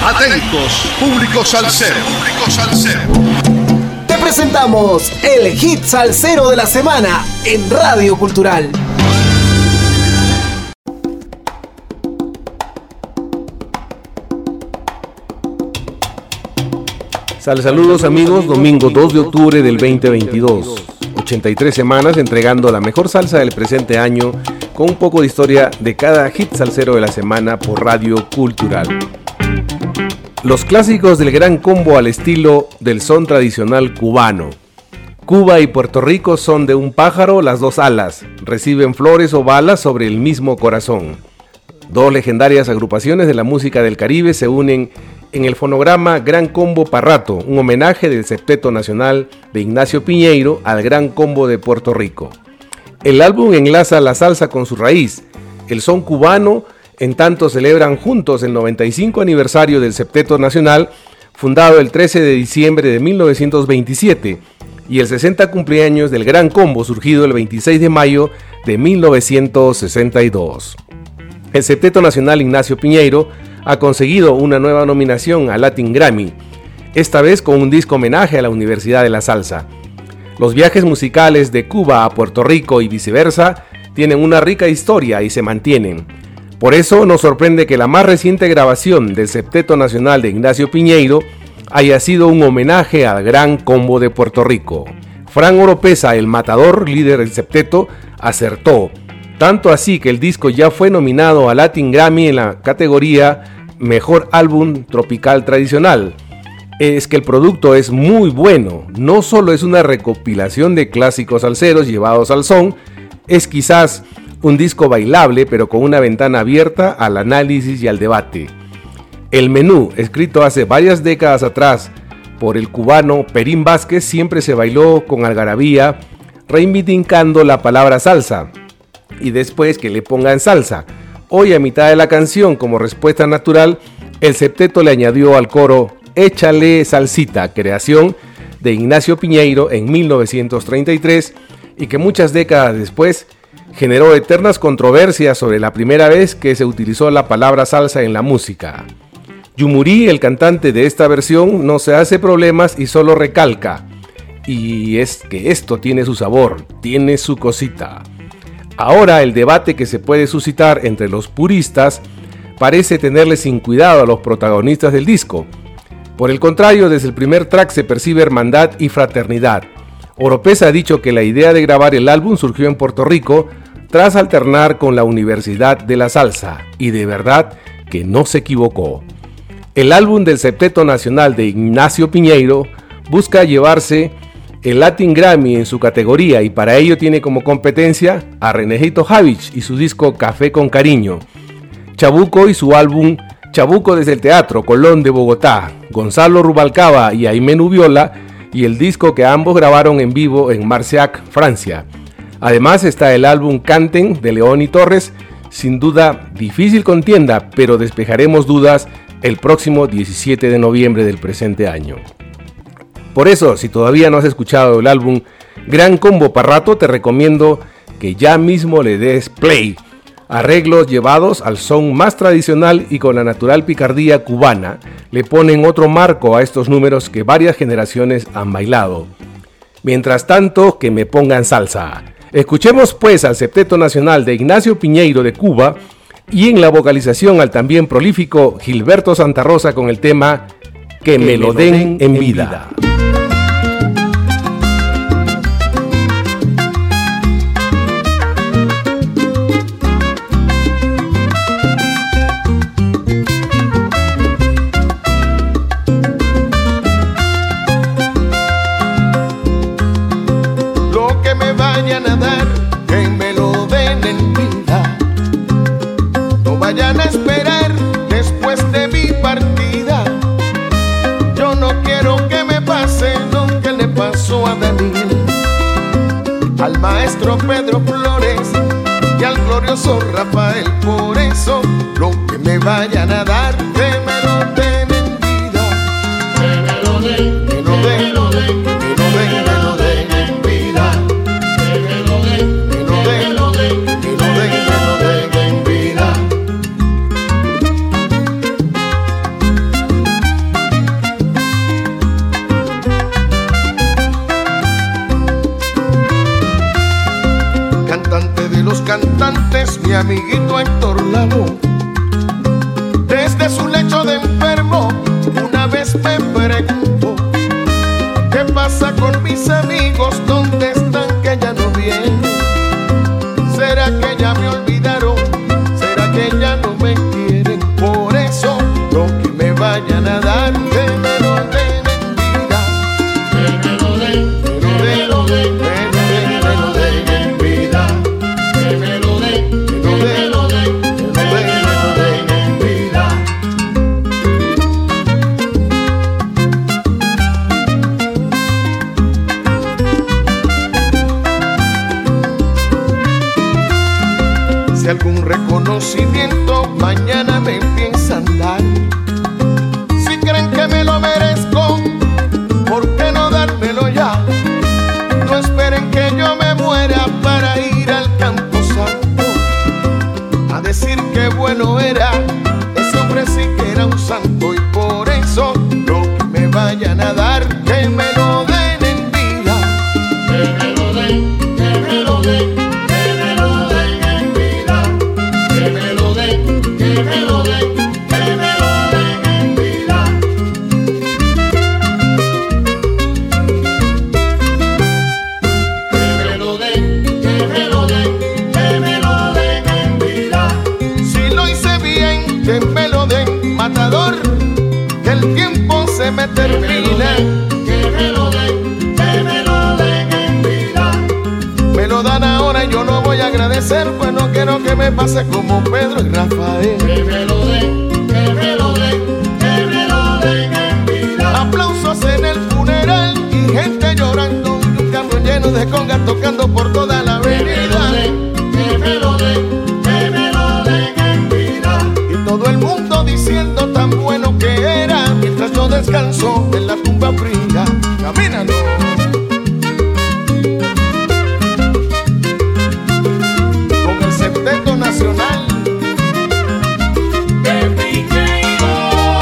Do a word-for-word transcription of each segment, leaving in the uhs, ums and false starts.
Atentos, público salsero. Público salsero. Te presentamos el hit salsero de la semana en Radio Cultural. Sal saludos amigos, domingo dos de octubre del veinte veintidós. ochenta y tres semanas entregando la mejor salsa del presente año con un poco de historia de cada hit salsero de la semana por Radio Cultural. Los clásicos del gran combo al estilo del son tradicional cubano. Cuba y Puerto Rico son de un pájaro las dos alas, reciben flores o balas sobre el mismo corazón. Dos legendarias agrupaciones de la música del Caribe se unen en el fonograma Gran Combo Parrato, un homenaje del Septeto Nacional de Ignacio Piñeiro al Gran Combo de Puerto Rico. El álbum enlaza la salsa con su raíz, el son cubano. En tanto celebran juntos el noventa y cinco aniversario del Septeto Nacional, fundado el trece de diciembre de mil novecientos veintisiete, y el sesenta cumpleaños del Gran Combo, surgido el veintiséis de mayo de mil novecientos sesenta y dos. El Septeto Nacional Ignacio Piñeiro ha conseguido una nueva nominación al Latin Grammy, esta vez con un disco homenaje a la Universidad de la Salsa. Los viajes musicales de Cuba a Puerto Rico y viceversa tienen una rica historia y se mantienen. Por eso nos sorprende que la más reciente grabación del Septeto Nacional de Ignacio Piñeiro haya sido un homenaje al Gran Combo de Puerto Rico. Fran Oropesa, el matador, líder del Septeto, acertó, tanto así que el disco ya fue nominado al Latin Grammy en la categoría Mejor Álbum Tropical Tradicional. Es que el producto es muy bueno, no solo es una recopilación de clásicos salseros llevados al son, es quizás un disco bailable, pero con una ventana abierta al análisis y al debate. El menú, escrito hace varias décadas atrás por el cubano Perín Vázquez, siempre se bailó con algarabía, reivindicando la palabra salsa, y después que le pongan salsa. Hoy, a mitad de la canción, como respuesta natural, el Septeto le añadió al coro Échale Salsita, creación de Ignacio Piñeiro en mil novecientos treinta y tres, y que muchas décadas después generó eternas controversias sobre la primera vez que se utilizó la palabra salsa en la música. Yumurí, el cantante de esta versión, no se hace problemas y solo recalca, y es que esto tiene su sabor, tiene su cosita. Ahora el debate que se puede suscitar entre los puristas parece tenerle sin cuidado a los protagonistas del disco. Por el contrario, desde el primer track se percibe hermandad y fraternidad. Oropesa ha dicho que la idea de grabar el álbum surgió en Puerto Rico tras alternar con la Universidad de la Salsa, y de verdad que no se equivocó. El álbum del Septeto Nacional de Ignacio Piñeiro busca llevarse el Latin Grammy en su categoría, y para ello tiene como competencia a Renegito Javich y su disco Café con Cariño, Chabuco y su álbum Chabuco desde el Teatro Colón de Bogotá, Gonzalo Rubalcaba y Aimé Nubiola, y el disco que ambos grabaron en vivo en Marciac, Francia. Además está el álbum Canten de León y Torres, sin duda difícil contienda, pero despejaremos dudas el próximo diecisiete de noviembre del presente año. Por eso, si todavía no has escuchado el álbum Gran Combo Parrato, te recomiendo que ya mismo le des play. Arreglos llevados al son más tradicional y con la natural picardía cubana le ponen otro marco a estos números que varias generaciones han bailado. Mientras tanto, que me pongan salsa. Escuchemos pues al Septeto Nacional de Ignacio Piñeiro de Cuba y en la vocalización al también prolífico Gilberto Santa Rosa con el tema Que, que me lo den, den en vida. vida. Vayan a esperar después de mi partida. Yo no quiero que me pase lo que le pasó a Daniel, al maestro Pedro Flores y al glorioso Rafael. Por eso lo que me vayan a dar, que me lo den en vida. Que me lo den, que no den, que no den, que no den, que no den en vida. Que me lo den, que no den, que no den, que no den, que no den en vida. amiguito Héctor Lavoe. Desde su lecho de enfermo, una vez me preguntó: ¿qué pasa con mis amigos? ¿Dónde están que ya no vienen? ¿Será que ya me olvidaron? ¿Será que ya no me quieren? Por eso, lo que me vayan a dar, que me lo den en vida. Que me lo den, que me lo den, que me lo den en vida. Que me lo den, que me lo den, que me lo den en vida. Si algún reconocimiento mañana me piensan dar, si creen que me lo merezco, ¿por qué no dármelo ya? No esperen que yo me muera para ir al camposanto a decir que bueno era, ese hombre sí que era un santo. Y por eso lo que me vayan a dar, que me lo den en vida. Que me lo den, que me lo den, que me lo den en vida. Que me lo den, que me lo den, que me lo den en vida. Que me lo den, que me lo den, que me lo den en vida. Si lo hice bien, que me lo den, matador, que el tiempo se me termina. Que me lo den, que me lo den en vida. Me lo dan ahora y yo no voy a agradecer, pues no quiero que me pase como Pedro y Rafael. Que me lo den, que me lo den, que me lo den en vida. Aplausos en el funeral y gente llorando, y un camión lleno de congas tocando por toda la Que me lo avenida. den, que me lo den, que me lo den en vida. Y todo el mundo diciendo tan bueno que era, mientras yo descanso en la tumba fría. Camínalo. Con el Septeto Nacional. De Piñeiro.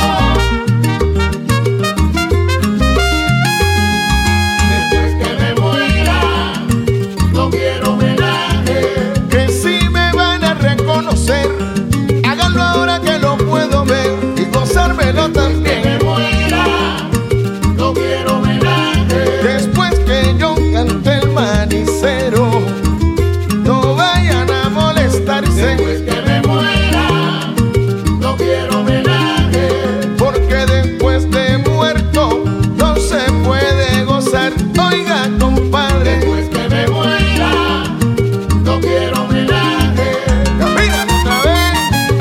Después que me muera, no quiero homenaje. Que si me van a reconocer, háganlo ahora que lo puedo ver y gozármelo Que también. me muera, no quiero homenaje. Después que yo cante el manicero, no vayan a molestarse, Después que me muera, no quiero homenaje. porque después de muerto no se puede gozar. Oiga, compadre, Después que me muera, no quiero homenaje. camina otra vez.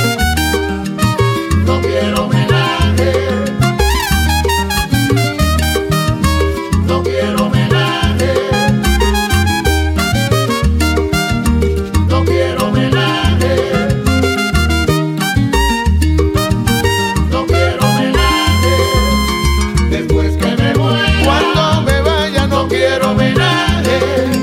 No quiero homenaje. No quiero homenaje. No quiero homenaje. No quiero homenaje. Después que me muera, Cuando me vaya no quiero homenaje.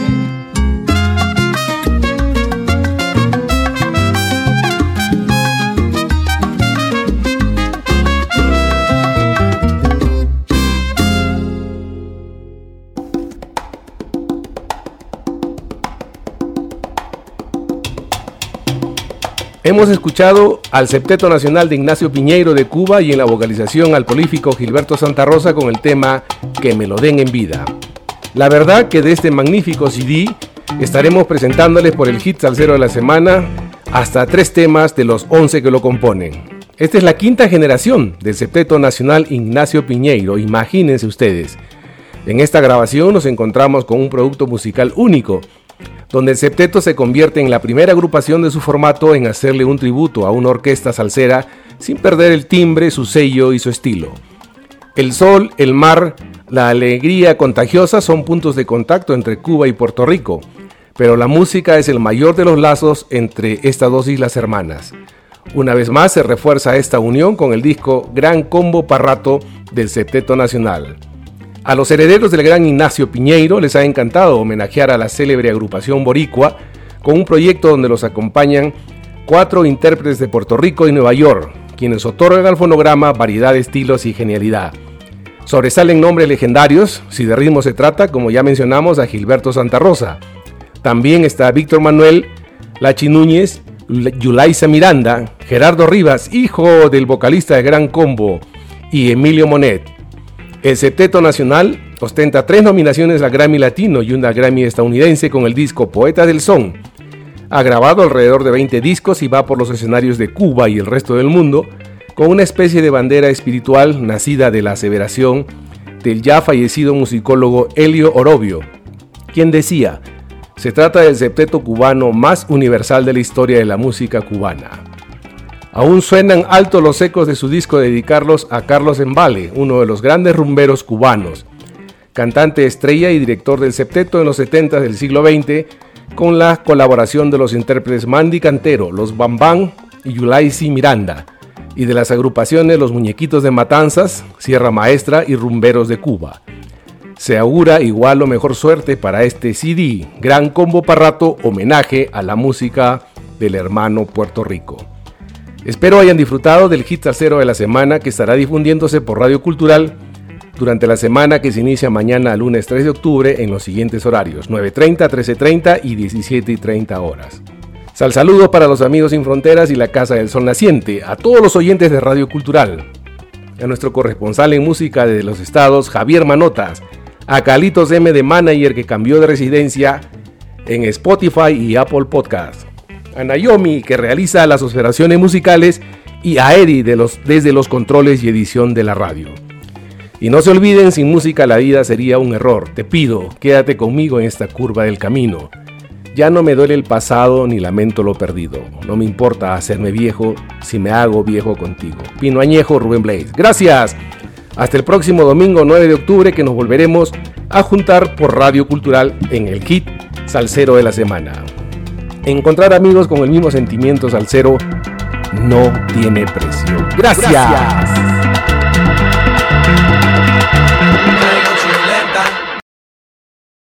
Hemos escuchado al Septeto Nacional de Ignacio Piñeiro de Cuba y en la vocalización al prolífico Gilberto Santa Rosa con el tema Que me lo den en vida. La verdad que de este magnífico C D estaremos presentándoles por el hit salsero de la semana hasta tres temas de los once que lo componen. Esta es la quinta generación del Septeto Nacional Ignacio Piñeiro, imagínense ustedes. En esta grabación nos encontramos con un producto musical único, donde el septeto se convierte en la primera agrupación de su formato en hacerle un tributo a una orquesta salsera sin perder el timbre, su sello y su estilo. El sol, el mar, la alegría contagiosa son puntos de contacto entre Cuba y Puerto Rico, pero la música es el mayor de los lazos entre estas dos islas hermanas. Una vez más se refuerza esta unión con el disco Gran Combo Parrato del Septeto Nacional. A los herederos del gran Ignacio Piñeiro les ha encantado homenajear a la célebre agrupación boricua con un proyecto donde los acompañan cuatro intérpretes de Puerto Rico y Nueva York, quienes otorgan al fonograma variedad de estilos y genialidad. Sobresalen nombres legendarios, si de ritmo se trata, como ya mencionamos, a Gilberto Santa Rosa. También está Víctor Manuel, Lachi Núñez, Yulaisa Miranda, Gerardo Rivas, hijo del vocalista de Gran Combo, y Emilio Monet. El Septeto Nacional ostenta tres nominaciones al Grammy Latino y una Grammy estadounidense con el disco Poeta del Son. Ha grabado alrededor de veinte discos y va por los escenarios de Cuba y el resto del mundo con una especie de bandera espiritual nacida de la aseveración del ya fallecido musicólogo Helio Orobio, quien decía: se trata del septeto cubano más universal de la historia de la música cubana. Aún suenan alto los ecos de su disco dedicarlos a Carlos Embale, uno de los grandes rumberos cubanos, cantante estrella y director del septeto en los setentas del siglo veinte, con la colaboración de los intérpretes Mandy Cantero, Los Bambán y Yulaisi Miranda, y de las agrupaciones Los Muñequitos de Matanzas, Sierra Maestra y Rumberos de Cuba. Se augura igual o mejor suerte para este C D, Gran Combo Parrato, homenaje a la música del hermano Puerto Rico. Espero hayan disfrutado del hit salsero de la semana, que estará difundiéndose por Radio Cultural durante la semana que se inicia mañana, lunes tres de octubre, en los siguientes horarios: nueve treinta, trece treinta y diecisiete y treinta horas. Sal saludo para los amigos Sin Fronteras y la Casa del Sol Naciente, a todos los oyentes de Radio Cultural, a nuestro corresponsal en música de los estados, Javier Manotas, a Calitos M de Manager, que cambió de residencia en Spotify y Apple Podcast, a Naomi, que realiza las observaciones musicales, y a Eddie de los, desde los controles y edición de la radio. Y no se olviden, sin música la vida sería un error. Te pido, quédate conmigo en esta curva del camino. Ya no me duele el pasado ni lamento lo perdido. No me importa hacerme viejo si me hago viejo contigo. Pino Añejo, Rubén Blades. Gracias. Hasta el próximo domingo nueve de octubre, que nos volveremos a juntar por Radio Cultural en el hit salsero de la semana. Encontrar amigos con el mismo sentimiento salsero no tiene precio. Gracias. Gracias.